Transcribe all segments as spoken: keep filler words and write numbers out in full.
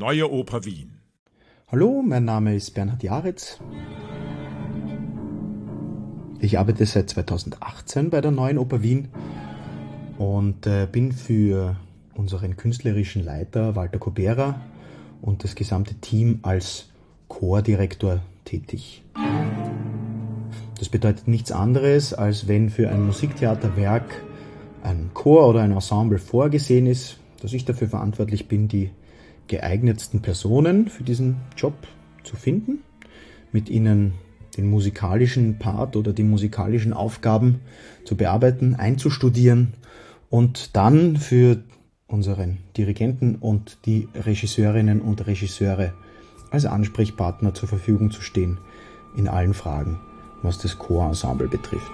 Neue Oper Wien. Hallo, mein Name ist Bernhard Jaritz. Ich arbeite seit zweitausendachtzehn bei der Neuen Oper Wien und äh, bin für unseren künstlerischen Leiter Walter Kobera und das gesamte Team als Chordirektor tätig. Das bedeutet nichts anderes, als wenn für ein Musiktheaterwerk ein Chor oder ein Ensemble vorgesehen ist, dass ich dafür verantwortlich bin, die geeignetsten Personen für diesen Job zu finden, mit ihnen den musikalischen Part oder die musikalischen Aufgaben zu bearbeiten, einzustudieren und dann für unseren Dirigenten und die Regisseurinnen und Regisseure als Ansprechpartner zur Verfügung zu stehen in allen Fragen, was das Chorensemble betrifft.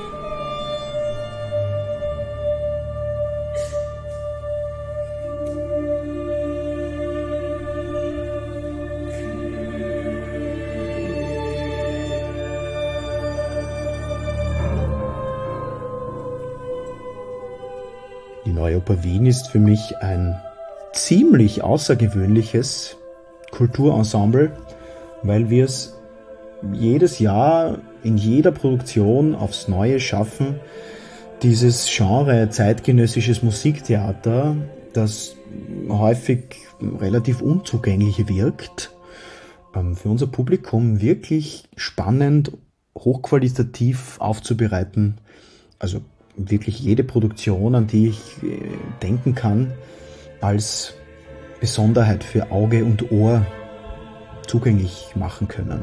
Die Neue Oper Wien ist für mich ein ziemlich außergewöhnliches Kulturensemble, weil wir es jedes Jahr in jeder Produktion aufs Neue schaffen, dieses Genre zeitgenössisches Musiktheater, das häufig relativ unzugänglich wirkt, für unser Publikum wirklich spannend, hochqualitativ aufzubereiten. Also wirklich jede Produktion, an die ich denken kann, als Besonderheit für Auge und Ohr zugänglich machen können.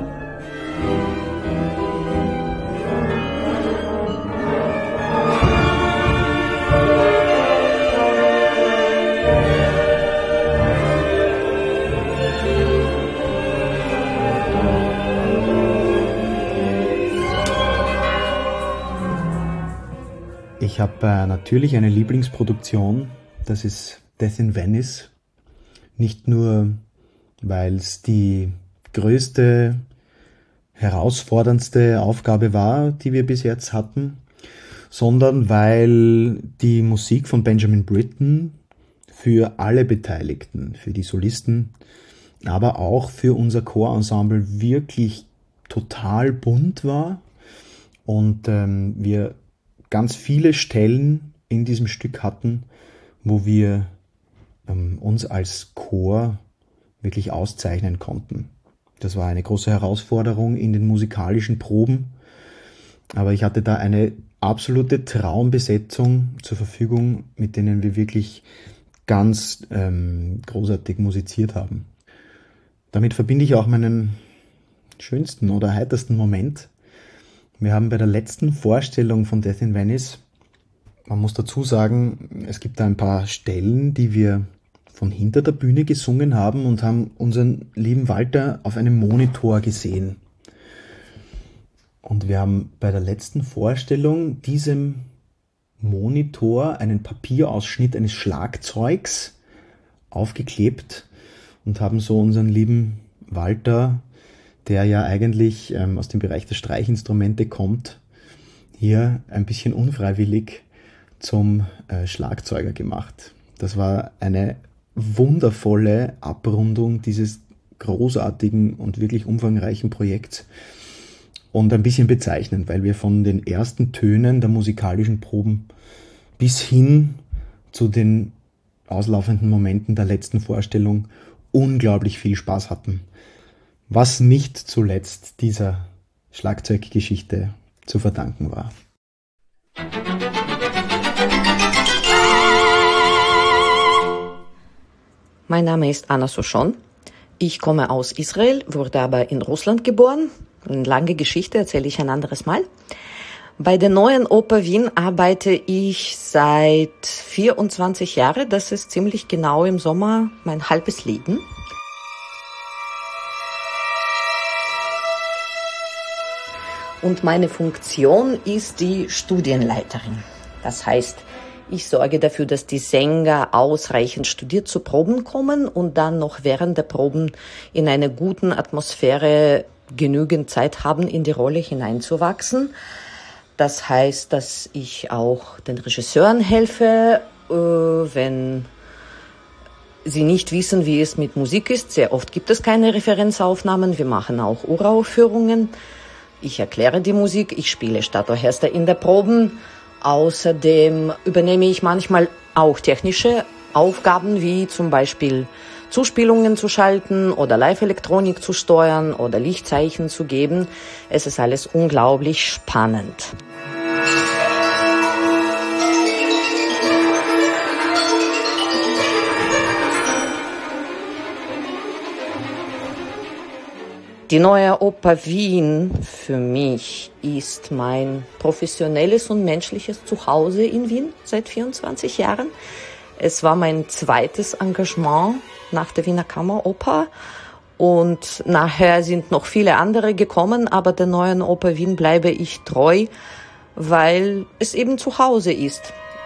Ich habe äh, natürlich eine Lieblingsproduktion, das ist Death in Venice. Nicht nur, weil es die größte, herausforderndste Aufgabe war, die wir bis jetzt hatten, sondern weil die Musik von Benjamin Britten für alle Beteiligten, für die Solisten, aber auch für unser Chorensemble wirklich total bunt war und ähm, wir ganz viele Stellen in diesem Stück hatten, wo wir ähm, uns als Chor wirklich auszeichnen konnten. Das war eine große Herausforderung in den musikalischen Proben, aber ich hatte da eine absolute Traumbesetzung zur Verfügung, mit denen wir wirklich ganz ähm, großartig musiziert haben. Damit verbinde ich auch meinen schönsten oder heitersten Moment. Wir haben bei der letzten Vorstellung von Death in Venice, man muss dazu sagen, es gibt da ein paar Stellen, die wir von hinter der Bühne gesungen haben und haben unseren lieben Walter auf einem Monitor gesehen. Und wir haben bei der letzten Vorstellung diesem Monitor einen Papierausschnitt eines Schlagzeugs aufgeklebt und haben so unseren lieben Walter, der ja eigentlich ähm, aus dem Bereich der Streichinstrumente kommt, hier ein bisschen unfreiwillig zum äh, Schlagzeuger gemacht. Das war eine wundervolle Abrundung dieses großartigen und wirklich umfangreichen Projekts und ein bisschen bezeichnend, weil wir von den ersten Tönen der musikalischen Proben bis hin zu den auslaufenden Momenten der letzten Vorstellung unglaublich viel Spaß hatten. Was nicht zuletzt dieser Schlagzeuggeschichte zu verdanken war. Mein Name ist Anna Soshon. Ich komme aus Israel, wurde aber in Russland geboren. Eine lange Geschichte, erzähle ich ein anderes Mal. Bei der Neuen Oper Wien arbeite ich seit vierundzwanzig Jahren. Das ist ziemlich genau im Sommer mein halbes Leben. Und meine Funktion ist die Studienleiterin. Das heißt, ich sorge dafür, dass die Sänger ausreichend studiert zu Proben kommen und dann noch während der Proben in einer guten Atmosphäre genügend Zeit haben, in die Rolle hineinzuwachsen. Das heißt, dass ich auch den Regisseuren helfe, äh, wenn Sie nicht wissen, wie es mit Musik ist. Sehr oft gibt es keine Referenzaufnahmen. Wir machen auch Uraufführungen. Ich erkläre die Musik, ich spiele Stadtorchester in der Proben. Außerdem übernehme ich manchmal auch technische Aufgaben, wie zum Beispiel Zuspielungen zu schalten oder Live-Elektronik zu steuern oder Lichtzeichen zu geben. Es ist alles unglaublich spannend. Die Neue Oper Wien für mich ist mein professionelles und menschliches Zuhause in Wien seit vierundzwanzig Jahren. Es war mein zweites Engagement nach der Wiener Kammeroper und nachher sind noch viele andere gekommen, aber der Neuen Oper Wien bleibe ich treu, weil es eben zu Hause ist.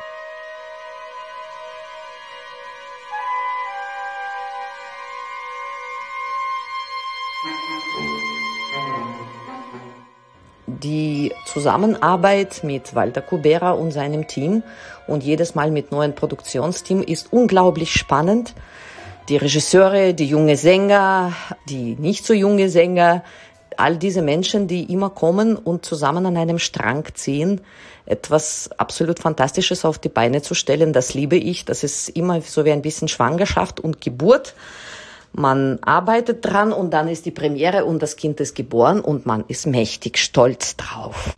Die Zusammenarbeit mit Walter Kubera und seinem Team und jedes Mal mit neuen Produktionsteam ist unglaublich spannend. Die Regisseure, die junge Sänger, die nicht so junge Sänger, all diese Menschen, die immer kommen und zusammen an einem Strang ziehen, etwas absolut Fantastisches auf die Beine zu stellen, das liebe ich. Das ist immer so wie ein bisschen Schwangerschaft und Geburt. Man arbeitet dran und dann ist die Premiere und das Kind ist geboren und man ist mächtig stolz drauf.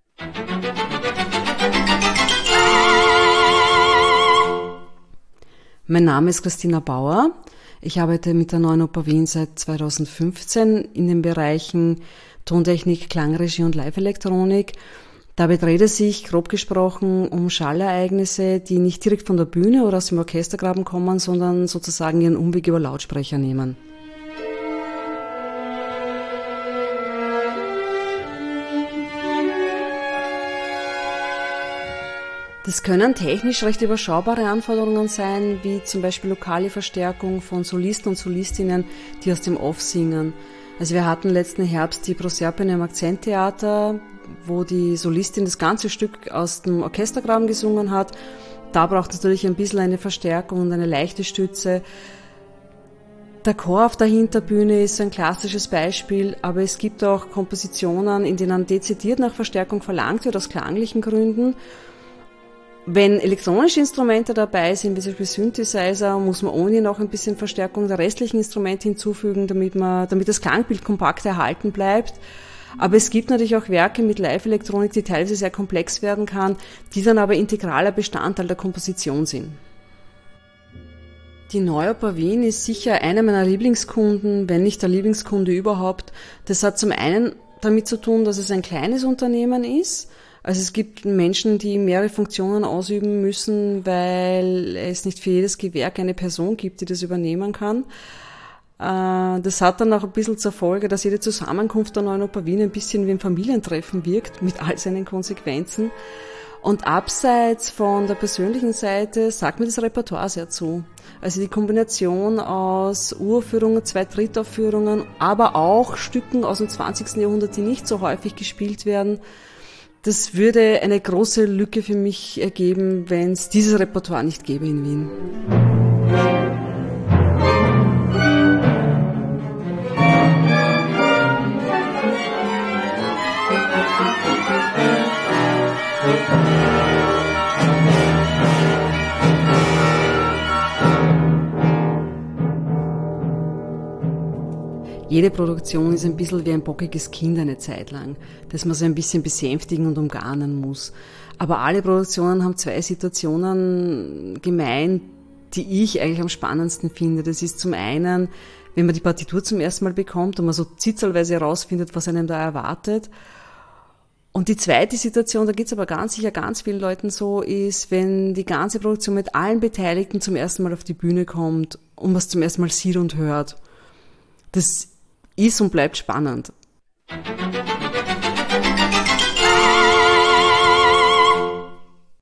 Mein Name ist Christina Bauer. Ich arbeite mit der Neuen Oper Wien seit zweitausendfünfzehn in den Bereichen Tontechnik, Klangregie und Live-Elektronik. Dabei dreht es sich, grob gesprochen, um Schallereignisse, die nicht direkt von der Bühne oder aus dem Orchestergraben kommen, sondern sozusagen ihren Umweg über Lautsprecher nehmen. Das können technisch recht überschaubare Anforderungen sein, wie zum Beispiel lokale Verstärkung von Solisten und Solistinnen, die aus dem Off singen. Also wir hatten letzten Herbst die Proserpine im Akzenttheater, wo die Solistin das ganze Stück aus dem Orchestergraben gesungen hat. Da braucht es natürlich ein bisschen eine Verstärkung und eine leichte Stütze. Der Chor auf der Hinterbühne ist ein klassisches Beispiel, aber es gibt auch Kompositionen, in denen dezidiert nach Verstärkung verlangt wird, aus klanglichen Gründen. Wenn elektronische Instrumente dabei sind, wie zum Beispiel Synthesizer, muss man ohnehin auch ein bisschen Verstärkung der restlichen Instrumente hinzufügen, damit man, damit das Klangbild kompakt erhalten bleibt. Aber es gibt natürlich auch Werke mit Live-Elektronik, die teilweise sehr komplex werden kann, die dann aber integraler Bestandteil der Komposition sind. Die Neue Oper Wien ist sicher einer meiner Lieblingskunden, wenn nicht der Lieblingskunde überhaupt. Das hat zum einen damit zu tun, dass es ein kleines Unternehmen ist. Also es gibt Menschen, die mehrere Funktionen ausüben müssen, weil es nicht für jedes Gewerk eine Person gibt, die das übernehmen kann. Das hat dann auch ein bisschen zur Folge, dass jede Zusammenkunft der Neuen Oper Wien ein bisschen wie ein Familientreffen wirkt, mit all seinen Konsequenzen. Und abseits von der persönlichen Seite sagt mir das Repertoire sehr zu. Also die Kombination aus Uraufführungen, Zwei-Drittaufführungen, aber auch Stücken aus dem zwanzigsten Jahrhundert, die nicht so häufig gespielt werden. Das würde eine große Lücke für mich ergeben, wenn es dieses Repertoire nicht gäbe in Wien. Jede Produktion ist ein bisschen wie ein bockiges Kind eine Zeit lang, das man so ein bisschen besänftigen und umgarnen muss. Aber alle Produktionen haben zwei Situationen gemein, die ich eigentlich am spannendsten finde. Das ist zum einen, wenn man die Partitur zum ersten Mal bekommt und man so zitzelweise herausfindet, was einem da erwartet. Und die zweite Situation, da geht's aber ganz sicher ganz vielen Leuten so, ist, wenn die ganze Produktion mit allen Beteiligten zum ersten Mal auf die Bühne kommt und man es zum ersten Mal sieht und hört. Das ist und bleibt spannend.